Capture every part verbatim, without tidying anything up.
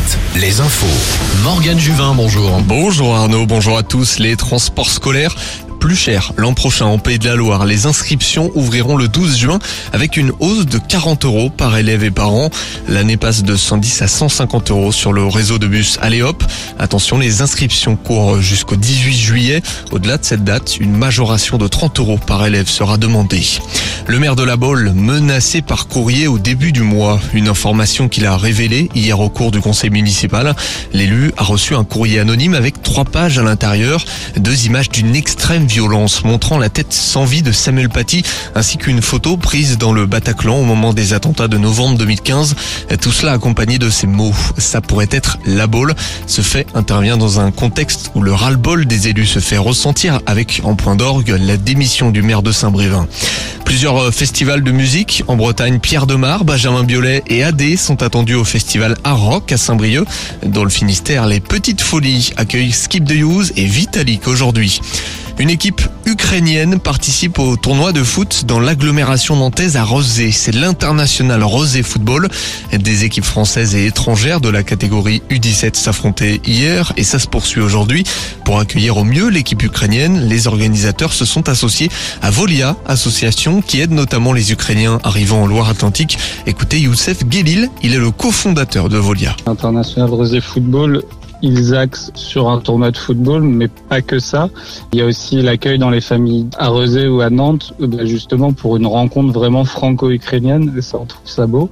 sept, les infos. Morgane Juvin, bonjour. Bonjour Arnaud, bonjour à tous. Les transports scolaires plus cher l'an prochain en Pays de la Loire. Les inscriptions ouvriront le douze juin avec une hausse de quarante euros par élève et par an. L'année passe de cent dix à cent cinquante euros sur le réseau de bus Aléop. Attention, les inscriptions courent jusqu'au dix-huit juillet. Au-delà de cette date, une majoration de trente euros par élève sera demandée. Le maire de La Baule, menacé par courrier au début du mois. Une information qu'il a révélée hier au cours du conseil municipal. L'élu a reçu un courrier anonyme avec trois pages à l'intérieur. Deux images d'une extrême violence montrant la tête sans vie de Samuel Paty ainsi qu'une photo prise dans le Bataclan au moment des attentats de novembre deux mille quinze. Tout cela accompagné de ces mots. Ça pourrait être La Baule. Ce fait intervient dans un contexte où le ras-le-bol des élus se fait ressentir avec en point d'orgue la démission du maire de Saint-Brévin. Plusieurs festivals de musique en Bretagne, Pierre Demar, Benjamin Biolay et A D sont attendus au festival Art Rock à Saint-Brieuc. Dans le Finistère, les Petites Folies accueillent Skip the Use et Vitalik aujourd'hui. Une équipe ukrainienne participe au tournoi de foot dans l'agglomération nantaise à Rezé. C'est l'international Rezé Football. Des équipes françaises et étrangères de la catégorie U dix-sept s'affrontaient hier et ça se poursuit aujourd'hui. Pour accueillir au mieux l'équipe ukrainienne, les organisateurs se sont associés à Volia, association qui aide notamment les Ukrainiens arrivant en Loire-Atlantique. Écoutez Youssef Guélil, il est le cofondateur de Volia. International Rezé Football, ils axent sur un tournoi de football, mais pas que ça. Il y a aussi l'accueil dans les familles à Rezé ou à Nantes, justement pour une rencontre vraiment franco-ukrainienne, et ça, on trouve ça beau.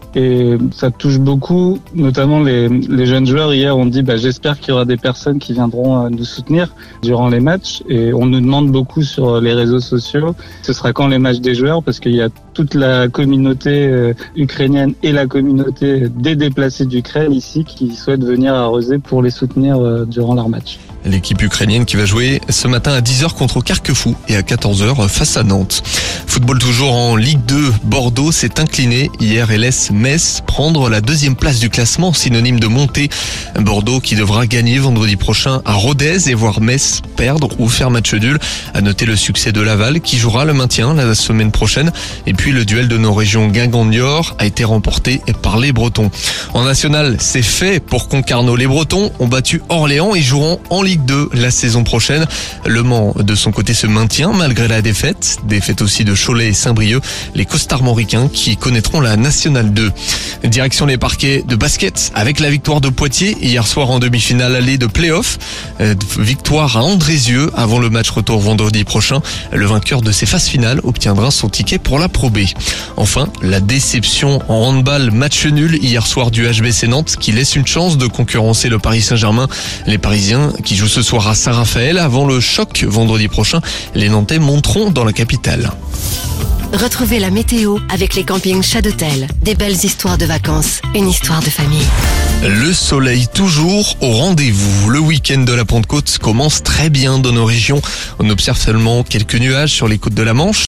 Et ça touche beaucoup, notamment les, les jeunes joueurs. Hier, on dit bah, j'espère qu'il y aura des personnes qui viendront nous soutenir durant les matchs. Et on nous demande beaucoup sur les réseaux sociaux, ce sera quand les matchs des joueurs, parce qu'il y a toute la communauté euh, ukrainienne et la communauté des déplacés d'Ukraine ici qui souhaitent venir à Rezé pour les soutenir euh, durant leur match. L'équipe ukrainienne qui va jouer ce matin à dix heures contre Carquefou et à quatorze heures face à Nantes. Football toujours en Ligue deux, Bordeaux s'est incliné hier et laisse Metz prendre la deuxième place du classement, synonyme de montée. Bordeaux qui devra gagner vendredi prochain à Rodez et voir Metz perdre ou faire match nul. À noter le succès de Laval qui jouera le maintien la semaine prochaine. Et puis le duel de nos régions Guingamp-Niort a été remporté par les Bretons. En national, c'est fait pour Concarneau. Les Bretons ont battu Orléans et joueront en Ligue deux la saison prochaine. Le Mans, de son côté, se maintient malgré la défaite. Défaite aussi de Cholet et Saint-Brieuc. Les Costarmoricains qui connaîtront la Nationale deux. Direction les parquets de basket avec la victoire de Poitiers hier soir en demi-finale allée de play-off. Euh, victoire à Andrézieux avant le match retour vendredi prochain. Le vainqueur de ces phases finales obtiendra son ticket pour la Pro B. Enfin, la déception en handball, match nul hier soir du H B C Nantes qui laisse une chance de concurrencer le Paris Saint-Germain. Les Parisiens qui jouent ce soir à Saint-Raphaël avant le choc vendredi prochain. Les Nantais monteront dans la capitale. Retrouvez la météo avec les campings Châteautel. Des belles histoires de vacances, une histoire de famille. Le soleil toujours au rendez-vous. Le week-end de la Pentecôte commence très bien dans nos régions. On observe seulement quelques nuages sur les côtes de la Manche.